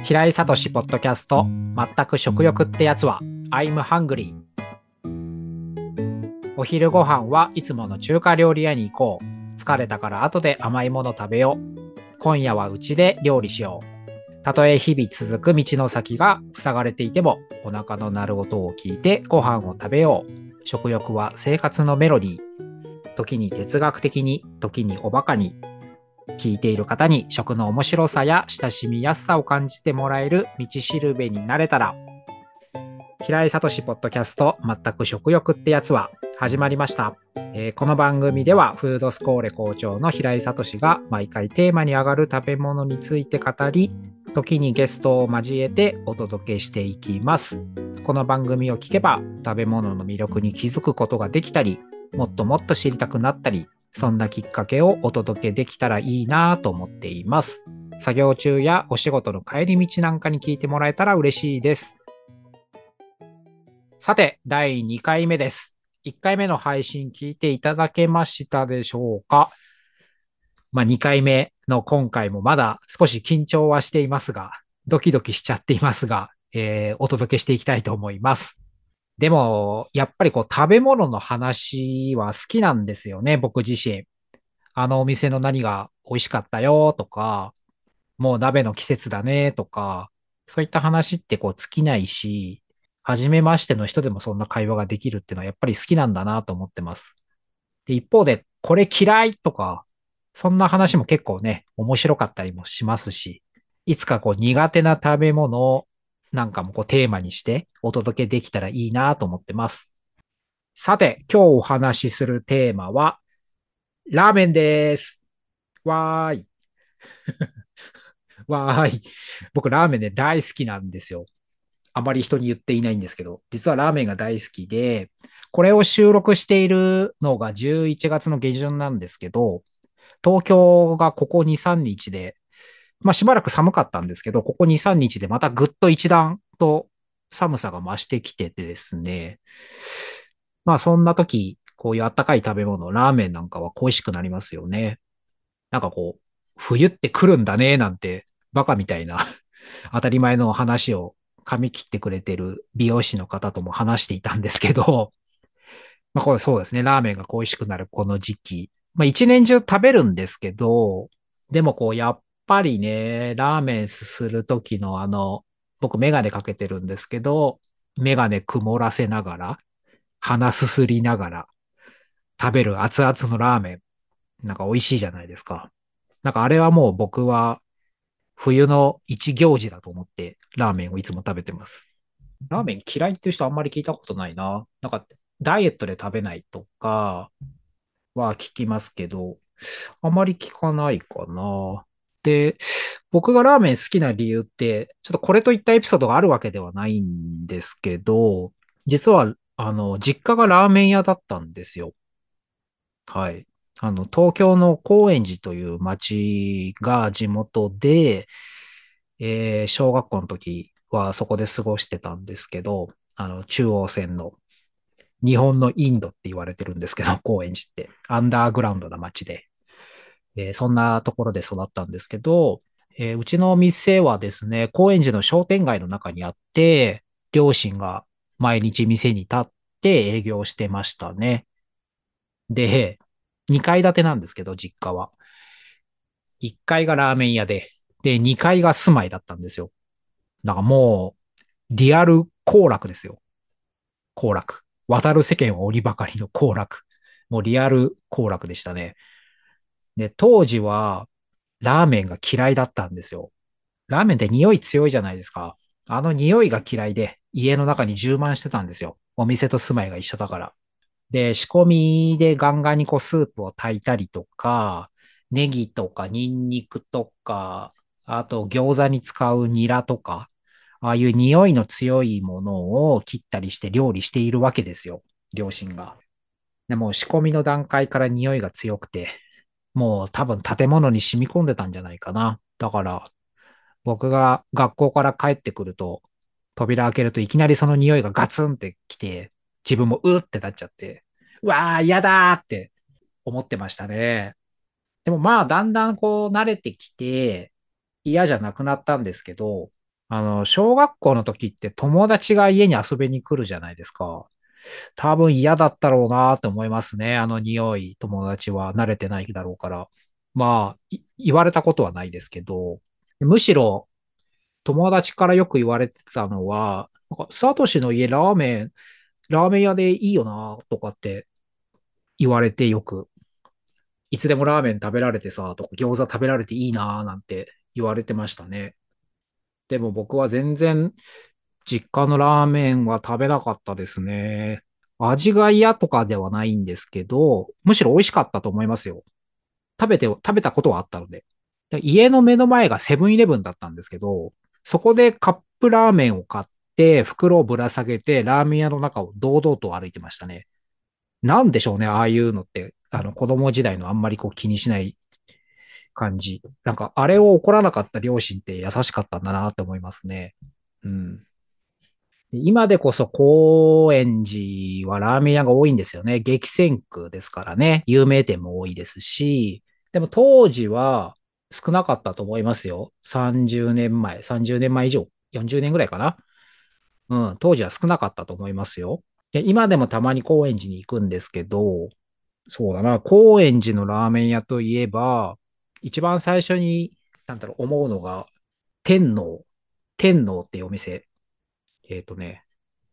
平井聡ポッドキャスト、全く食欲ってやつは I'm hungry。 お昼ご飯はいつもの中華料理屋に行こう。疲れたから後で甘いもの食べよう。今夜はうちで料理しよう。たとえ日々続く道の先が塞がれていても、お腹の鳴る音を聞いてご飯を食べよう。食欲は生活のメロディー。時に哲学的に、時におバカに。聞いている方に食の面白さや親しみやすさを感じてもらえる道しるべになれたら。平井聡ポッドキャスト、全く食欲ってやつは始まりました。この番組ではフードスコーレ校長の平井聡が毎回テーマに上がる食べ物について語り、時にゲストを交えてお届けしていきます。この番組を聞けば食べ物の魅力に気づくことができたり、もっともっと知りたくなったり、そんなきっかけをお届けできたらいいなと思っています。作業中やお仕事の帰り道なんかに聞いてもらえたら嬉しいです。さて、第2回目です。1回目の配信聞いていただけましたでしょうか。2回目の今回もまだ少し緊張はしていますが、ドキドキしちゃっていますが、お届けしていきたいと思います。でも、やっぱり食べ物の話は好きなんですよね、僕自身。あのお店の何が美味しかったよとか、もう鍋の季節だねとか、そういった話って尽きないし、初めましての人でもそんな会話ができるっていうのはやっぱり好きなんだなと思ってます。で、一方で、これ嫌いとか、そんな話も結構ね、面白かったりもしますし、いつか苦手な食べ物なんかもテーマにしてお届けできたらいいなと思ってます。さて、今日お話しするテーマは、ラーメンです。わーい。わーい。僕、ラーメンね、大好きなんですよ。あまり人に言っていないんですけど、実はラーメンが大好きで、これを収録しているのが11月の下旬なんですけど、東京がここ2、3日で、しばらく寒かったんですけど、ここ2、3日でまたぐっと一段と寒さが増してきててですね、そんな時、こういうあったかい食べ物、ラーメンなんかは恋しくなりますよね。なんか冬って来るんだね、なんて、バカみたいな当たり前の話を髪切ってくれてる美容師の方とも話していたんですけど、これそうですね、ラーメンが恋しくなるこの時期。一年中食べるんですけど、でもやっぱりね、ラーメンすする時の僕メガネかけてるんですけど、メガネ曇らせながら、鼻すすりながら食べる熱々のラーメン。なんか美味しいじゃないですか。なんかあれはもう僕は冬の一行事だと思ってラーメンをいつも食べてます。ラーメン嫌いっていう人あんまり聞いたことないな。なんかダイエットで食べないとかは聞きますけど、あまり聞かないかな。で、僕がラーメン好きな理由って、ちょっとこれといったエピソードがあるわけではないんですけど、実は、実家がラーメン屋だったんですよ。はい。東京の高円寺という町が地元で、小学校の時はそこで過ごしてたんですけど、中央線の日本のインドって言われてるんですけど、高円寺ってアンダーグラウンドな街で、そんなところで育ったんですけど、うちの店はですね、高円寺の商店街の中にあって、両親が毎日店に立って営業してましたね。で、2階建てなんですけど、実家は。1階がラーメン屋で、2階が住まいだったんですよ。なんかもう、リアル行楽ですよ。行楽。渡る世間は折ばかりの行楽。もうリアル行楽でしたね。で、当時は、ラーメンが嫌いだったんですよ。ラーメンって匂い強いじゃないですか。あの匂いが嫌いで、家の中に充満してたんですよ。お店と住まいが一緒だから。で、仕込みでガンガンにスープを炊いたりとか、ネギとかニンニクとか、あと餃子に使うニラとか、ああいう匂いの強いものを切ったりして料理しているわけですよ。両親が。でも仕込みの段階から匂いが強くて、もう多分建物に染み込んでたんじゃないかな。だから、僕が学校から帰ってくると、扉開けるといきなりその匂いがガツンってきて、自分もうーってなっちゃって、うわー、嫌だーって思ってましたね。でもだんだん慣れてきて、嫌じゃなくなったんですけど、 小学校の時って友達が家に遊びに来るじゃないですか。多分嫌だったろうなと思いますね。あの匂い、友達は慣れてないだろうから。まあ、言われたことはないですけど、むしろ友達からよく言われてたのは、なんかサトシの家ラーメン屋でいいよなとかって言われてよく、いつでもラーメン食べられてさ、とか餃子食べられていいななんて言われてましたね。でも僕は全然実家のラーメンは食べなかったですね。味が嫌とかではないんですけど、むしろ美味しかったと思いますよ。食べたことはあったので。で家の目の前がセブンイレブンだったんですけど、そこでカップラーメンを買って、袋をぶら下げて、ラーメン屋の中を堂々と歩いてましたね。なんでしょうね、ああいうのって。子供時代のあんまりこう気にしない感じ。なんか、あれを怒らなかった両親って優しかったんだなって思いますね。うん。で今でこそ高円寺はラーメン屋が多いんですよね。激戦区ですからね。有名店も多いですし、でも当時は少なかったと思いますよ。30年前、30年前以上、40年ぐらいかな。うん、当時は少なかったと思いますよ。で、今でもたまに高円寺に行くんですけど、そうだな、高円寺のラーメン屋といえば、一番最初に、思うのが、天皇。天皇っていうお店。えっとね、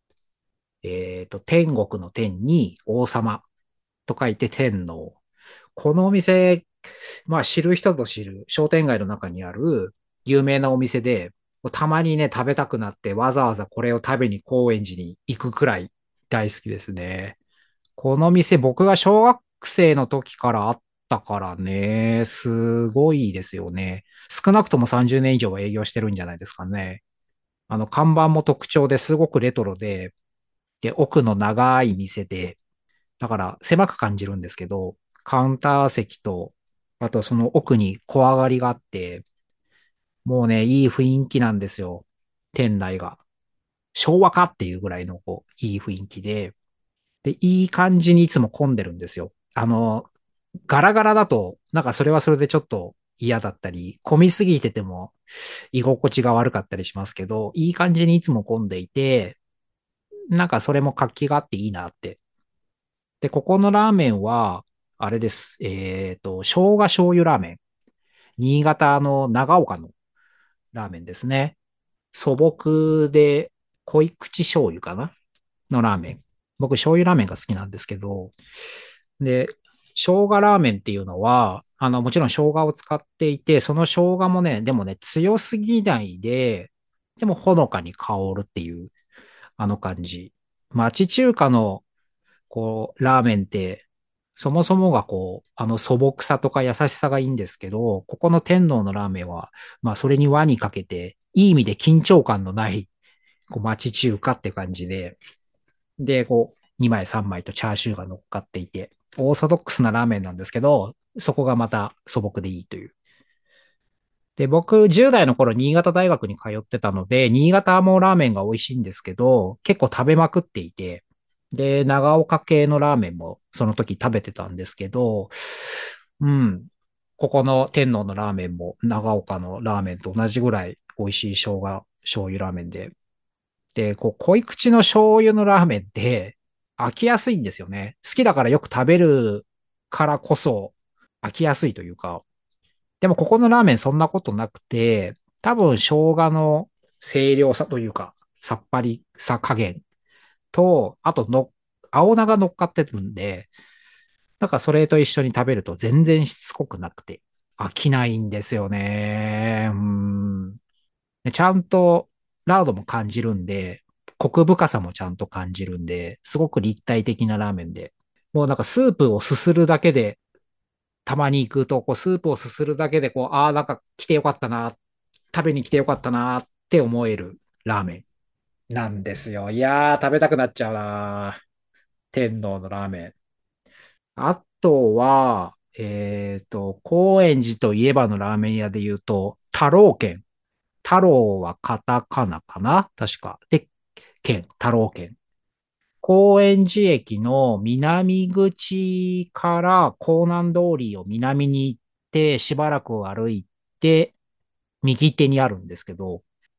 天国の天に王様と書いて天皇。このお店、まあ知る人ぞ知る商店街の中にある有名なお店で、たまにね、食べたくなってわざわざこれを食べに高円寺に行くくらい大好きですね。この店僕が小学生の時からあったからね、すごいですよね。少なくとも30年以上は営業してるんじゃないですかね。看板も特徴ですごくレトロで、奥の長い店で、だから狭く感じるんですけど、カウンター席と、あとその奥に小上がりがあって、もうね、いい雰囲気なんですよ。店内が。昭和かっていうぐらいのいい雰囲気で、いい感じにいつも混んでるんですよ。ガラガラだと、なんかそれはそれでちょっと嫌だったり、混みすぎてても居心地が悪かったりしますけど、いい感じにいつも混んでいて、なんかそれも活気があっていいなってで、ここのラーメンは、あれです。生姜醤油ラーメン。新潟の長岡のラーメンですね。素朴で濃い口醤油かなのラーメン。僕、醤油ラーメンが好きなんですけど、で、生姜ラーメンっていうのは、もちろん生姜を使っていて、その生姜もね、でもね、強すぎないで、でもほのかに香るっていう、あの感じ。町中華のラーメンって、そもそもが素朴さとか優しさがいいんですけど、ここの天皇のラーメンは、まあ、それに輪にかけて、いい意味で緊張感のない、町中華って感じで、2枚3枚とチャーシューが乗っかっていて、オーソドックスなラーメンなんですけど、そこがまた素朴でいいという。で、僕、10代の頃、新潟大学に通ってたので、新潟もラーメンが美味しいんですけど、結構食べまくっていて、で、長岡系のラーメンもその時食べてたんですけど、うん、ここの天皇のラーメンも長岡のラーメンと同じぐらい美味しい醤油ラーメンで、濃い口の醤油のラーメンって飽きやすいんですよね。好きだからよく食べるからこそ飽きやすいというか、でもここのラーメンそんなことなくて、多分生姜の清涼さというか、さっぱりさ加減と、あと青菜が乗っかってるんで、なんかそれと一緒に食べると全然しつこくなくて飽きないんですよね。でちゃんとラードも感じるんで、コク深さもちゃんと感じるんで、すごく立体的なラーメンで、もうなんかスープをすするだけでたまに行くと、スープをすするだけで、なんか来てよかったな、食べに来てよかったなって思えるラーメンなんですよ。いやー、食べたくなっちゃうな。天皇のラーメン。あとは、高円寺といえばのラーメン屋で言うと、太郎軒。太郎はカタカナかな確か。で、太郎軒。高円寺駅の南口から港南通りを南に行って、しばらく歩いて、右手にあるんですけど、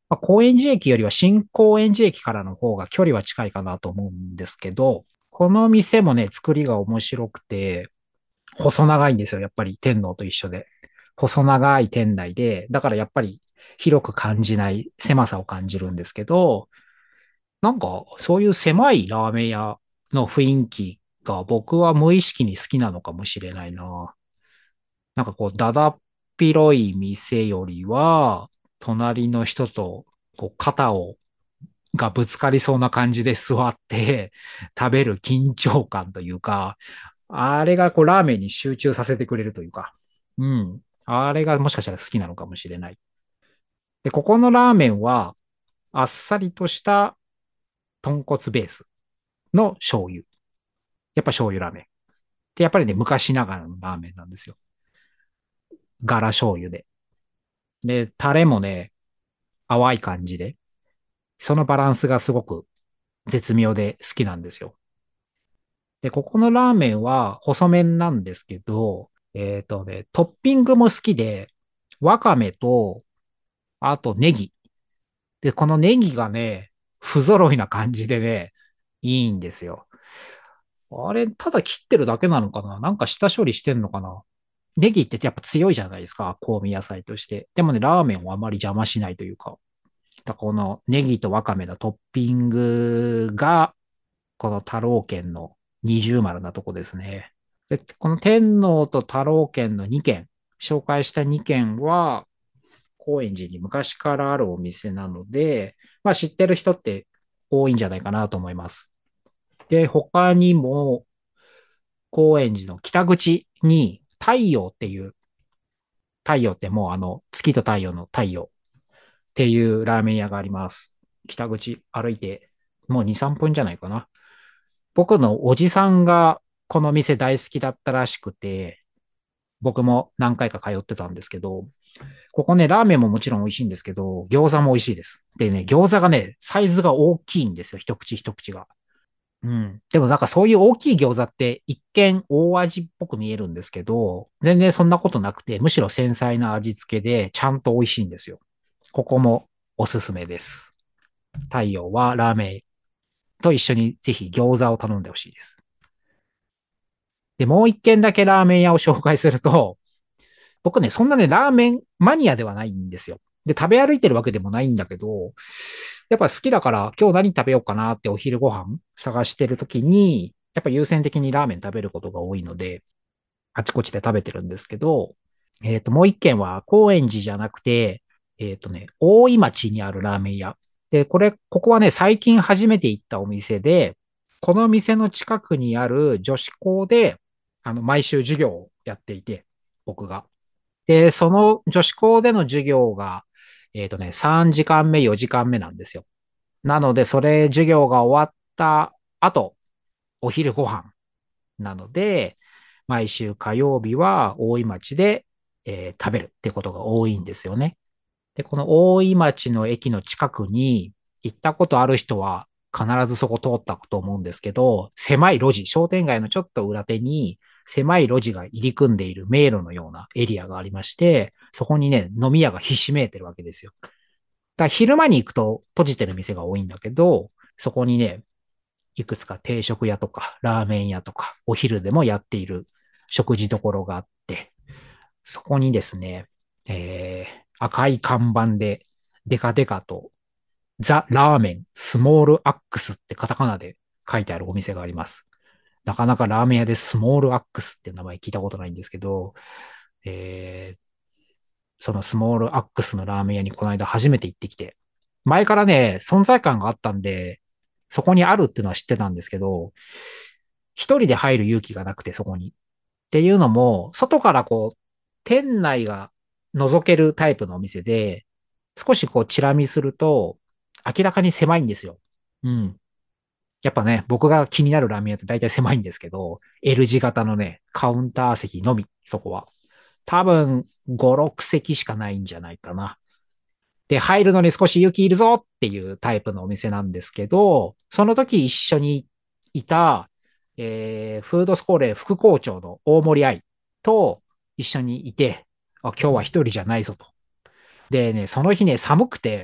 まあ、高円寺駅よりは新高円寺駅からの方が距離は近いかなと思うんですけど、この店もね、作りが面白くて、細長いんですよ。やっぱり天皇と一緒で。細長い店内で、だからやっぱり広く感じない狭さを感じるんですけど、なんかそういう狭いラーメン屋の雰囲気が僕は無意識に好きなのかもしれないな。なんかこう、だだっ広い店よりは、隣の人とこう肩がぶつかりそうな感じで座って食べる緊張感というか、あれがこうラーメンに集中させてくれるというか、うん。あれがもしかしたら好きなのかもしれない。で、ここのラーメンは、あっさりとした豚骨ベースの醤油。やっぱ醤油ラーメン。で、やっぱりね、昔ながらのラーメンなんですよ。柄醤油で。で、タレもね、淡い感じで、そのバランスがすごく絶妙で好きなんですよ。で、ここのラーメンは細麺なんですけど、トッピングも好きで、わかめと、あとネギ。で、このネギがね、不揃いな感じでね、いいんですよ。あれ、ただ切ってるだけなのかな、なんか下処理してんのかな。ネギってやっぱ強いじゃないですか、香味野菜として。でもね、ラーメンをあまり邪魔しないというか。だからこのネギとわかめのトッピングが、この太郎軒の二重丸なとこですね。で、この天皇と太郎軒の2軒、紹介した2軒は、高円寺に昔からあるお店なので、まあ知ってる人って多いんじゃないかなと思います。で、他にも、高円寺の北口に太陽っていう、太陽ってもう月と太陽の太陽っていうラーメン屋があります。北口歩いて、もう2、3分じゃないかな。僕のおじさんがこの店大好きだったらしくて、僕も何回か通ってたんですけど、ここね、ラーメンももちろん美味しいんですけど、餃子も美味しいです。でね、餃子がね、サイズが大きいんですよ。一口一口が。うん。でもなんかそういう大きい餃子って一見大味っぽく見えるんですけど、全然そんなことなくて、むしろ繊細な味付けでちゃんと美味しいんですよ。ここもおすすめです。太陽はラーメンと一緒にぜひ餃子を頼んでほしいです。で、もう一軒だけラーメン屋を紹介すると、僕ね、そんなね、ラーメンマニアではないんですよ。で、食べ歩いてるわけでもないんだけど、やっぱ好きだから今日何食べようかなってお昼ご飯探してるときに、やっぱ優先的にラーメン食べることが多いので、あちこちで食べてるんですけど、もう一軒は高円寺じゃなくて、大井町にあるラーメン屋。で、ここはね、最近初めて行ったお店で、この店の近くにある女子校で、毎週授業をやっていて、僕が。で、その女子校での授業が、3時間目、4時間目なんですよ。なので、授業が終わった後、お昼ご飯なので、毎週火曜日は大井町で、食べるってことが多いんですよね。で、この大井町の駅の近くに行ったことある人は必ずそこ通ったと思うんですけど、狭い路地、商店街のちょっと裏手に狭い路地が入り組んでいる迷路のようなエリアがありまして、そこにね、飲み屋がひしめいてるわけですよ。だから昼間に行くと閉じてる店が多いんだけど、そこにね、いくつか定食屋とかラーメン屋とかお昼でもやっている食事どころがあって、そこにですね、赤い看板でデカデカとザ・ラーメンスモールアックスってカタカナで書いてあるお店があります。なかなかラーメン屋でスモールアックスって名前聞いたことないんですけど、えーそのスモールアックスのラーメン屋にこの間初めて行ってきて、前からね、存在感があったんで、そこにあるっていうのは知ってたんですけど、一人で入る勇気がなくて、そこに。っていうのも、外からこう、店内が覗けるタイプのお店で、少しこう、チラ見すると、明らかに狭いんですよ。うん。やっぱね、僕が気になるラーメン屋って大体狭いんですけど、L 字型のね、カウンター席のみ、そこは。多分、5、6席しかないんじゃないかな。で、入るのに少し勇気いるぞっていうタイプのお店なんですけど、その時一緒にいた、フードスコーレ副校長の大森愛と一緒にいて、今日は一人じゃないぞと。でね、その日ね、寒くて、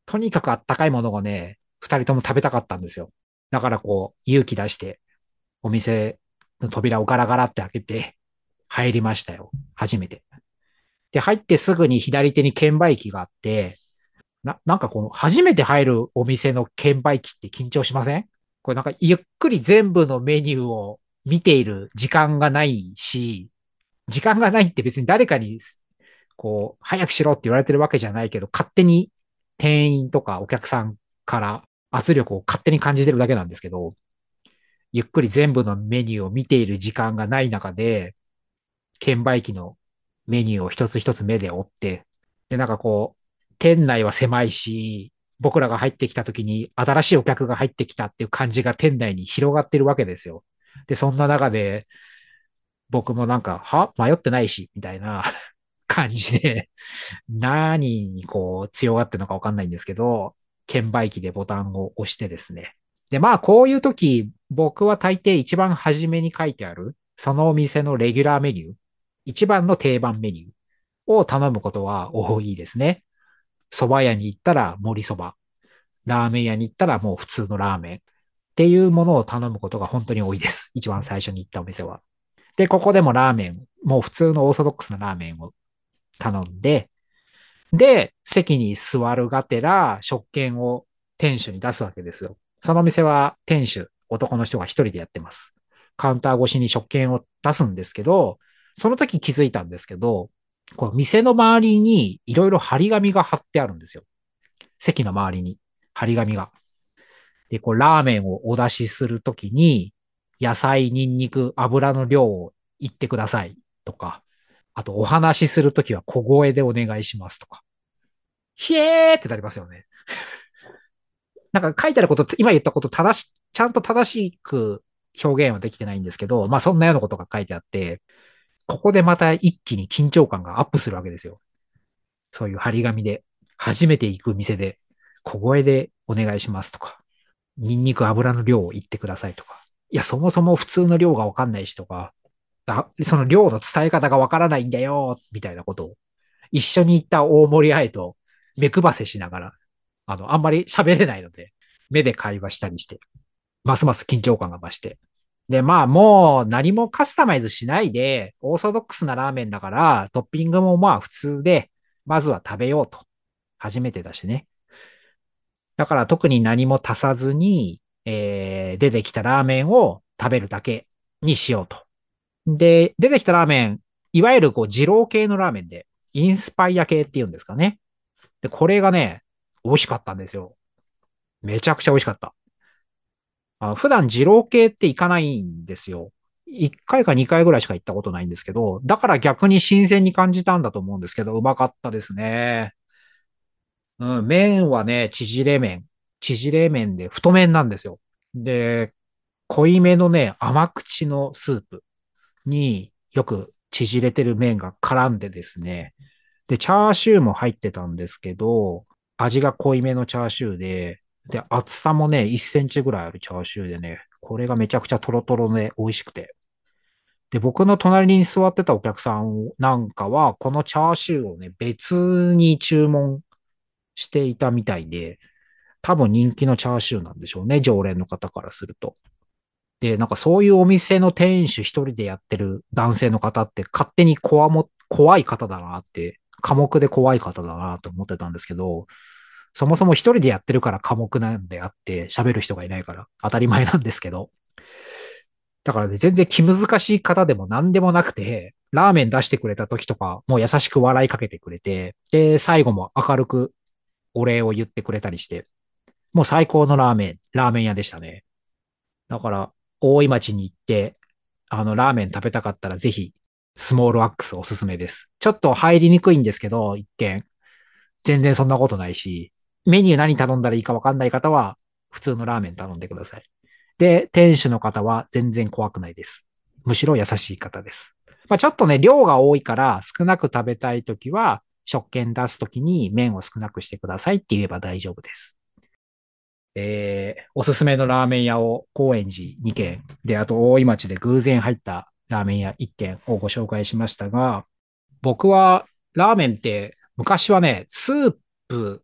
とにかくあったかいものがね、二人とも食べたかったんですよ。だからこう、勇気出して、お店の扉をガラガラって開けて、入りましたよ。初めて。で、入ってすぐに左手に券売機があって、なんかこの、初めて入るお店の券売機って緊張しません？これなんかゆっくり全部のメニューを見ている時間がないし、時間がないって別に誰かにこう、早くしろって言われてるわけじゃないけど、勝手に店員とかお客さんから圧力を勝手に感じてるだけなんですけど、ゆっくり全部のメニューを見ている時間がない中で、券売機のメニューを一つ一つ目で追って、で、なんかこう、店内は狭いし、僕らが入ってきた時に新しいお客が入ってきたっていう感じが店内に広がってるわけですよ。で、そんな中で僕もなんか、迷ってないし、みたいな感じで、何にこう強がってるのかわかんないんですけど、券売機でボタンを押してですね。で、まあこういう時、僕は大抵一番初めに書いてある、そのお店のレギュラーメニュー、一番の定番メニューを頼むことは多いですね。蕎麦屋に行ったら盛り蕎麦。ラーメン屋に行ったらもう普通のラーメン。っていうものを頼むことが本当に多いです。一番最初に行ったお店は。で、ここでもラーメン、もう普通のオーソドックスなラーメンを頼んで、で、席に座るがてら、食券を店主に出すわけですよ。その店は店主、男の人が一人でやってます。カウンター越しに食券を出すんですけど、その時気づいたんですけど、この店の周りにいろいろ張り紙が貼ってあるんですよ。席の周りに張り紙が。で、こう、ラーメンをお出しするときに、野菜、ニンニク、油の量を言ってくださいとか、あとお話しするときは小声でお願いしますとか。ひえーってなりますよね。なんか書いてあること、今言ったことちゃんと正しく表現はできてないんですけど、まあそんなようなことが書いてあって、ここでまた一気に緊張感がアップするわけですよ。そういう張り紙で。初めて行く店で小声でお願いしますとか、ニンニク油の量を言ってくださいとか。いや、そもそも普通の量がわかんないしとか、その量の伝え方がわからないんだよ、みたいなことを一緒に行った大森愛と目配せしながら、あんまり喋れないので、目で会話したりして、ますます緊張感が増して。で、まあもう何もカスタマイズしないで、オーソドックスなラーメンだから、トッピングもまあ普通で、まずは食べようと。初めてだしね。だから特に何も足さずに、出てきたラーメンを食べるだけにしようと。で、出てきたラーメン、いわゆるこう二郎系のラーメンで、インスパイア系っていうんですかね。で、これがね、美味しかったんですよ。めちゃくちゃ美味しかった。普段二郎系って行かないんですよ。1回か2回ぐらいしか行ったことないんですけど、だから逆に新鮮に感じたんだと思うんですけど、うまかったですね。うん、麺はね、縮れ麺。縮れ麺で太麺なんですよ。で、濃いめのね、甘口のスープによく縮れてる麺が絡んでですね。で、チャーシューも入ってたんですけど、味が濃いめのチャーシューで、厚さもね、1センチぐらいあるチャーシューでね、これがめちゃくちゃトロトロで美味しくて。で、僕の隣に座ってたお客さんなんかは、このチャーシューをね、別に注文していたみたいで、多分人気のチャーシューなんでしょうね、常連の方からすると。で、なんかそういうお店の店主一人でやってる男性の方って勝手に怖い方だなって、寡黙で怖い方だなと思ってたんですけど、そもそも一人でやってるから寡黙なんであって喋る人がいないから当たり前なんですけど、だからね、全然気難しい方でも何でもなくて、ラーメン出してくれた時とか、もう優しく笑いかけてくれて、で、最後も明るくお礼を言ってくれたりして、もう最高のラーメン屋でしたね。だから、大井町に行って、ラーメン食べたかったらぜひ、スモールワックスおすすめです。ちょっと入りにくいんですけど、一見。全然そんなことないし、メニュー何頼んだらいいかわかんない方は、普通のラーメン頼んでください。で、店主の方は全然怖くないです。むしろ優しい方です。まあ、ちょっとね、量が多いから少なく食べたいときは、食券出すときに麺を少なくしてくださいって言えば大丈夫です。おすすめのラーメン屋を高円寺2軒、で、あと大井町で偶然入ったラーメン屋1軒をご紹介しましたが、僕はラーメンって昔はね、スープ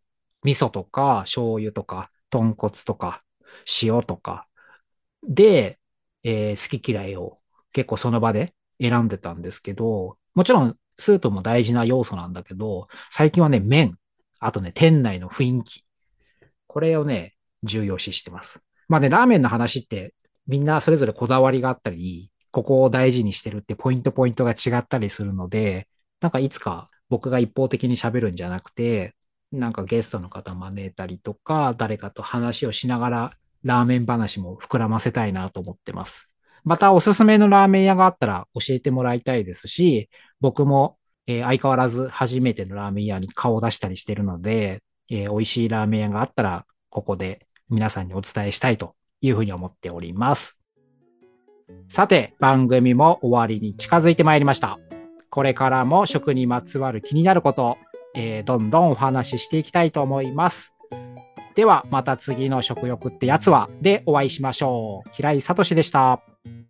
味噌とか醤油とか豚骨とか塩とかで、好き嫌いを結構その場で選んでたんですけど、もちろんスープも大事な要素なんだけど、最近はね、麺、あとね、店内の雰囲気、これをね、重要視してます。まあね、ラーメンの話ってみんなそれぞれこだわりがあったり、ここを大事にしてるってポイントが違ったりするので、なんかいつか僕が一方的に喋るんじゃなくて、なんかゲストの方招いたりとか、誰かと話をしながらラーメン話も膨らませたいなと思ってます。またおすすめのラーメン屋があったら教えてもらいたいですし、僕も相変わらず初めてのラーメン屋に顔を出したりしてるので、美味しいラーメン屋があったら、ここで皆さんにお伝えしたいというふうに思っております。さて、番組も終わりに近づいてまいりました。これからも食にまつわる気になること、どんどんお話ししていきたいと思います。では、また次の食欲ってやつはでお会いしましょう。平井聡でした。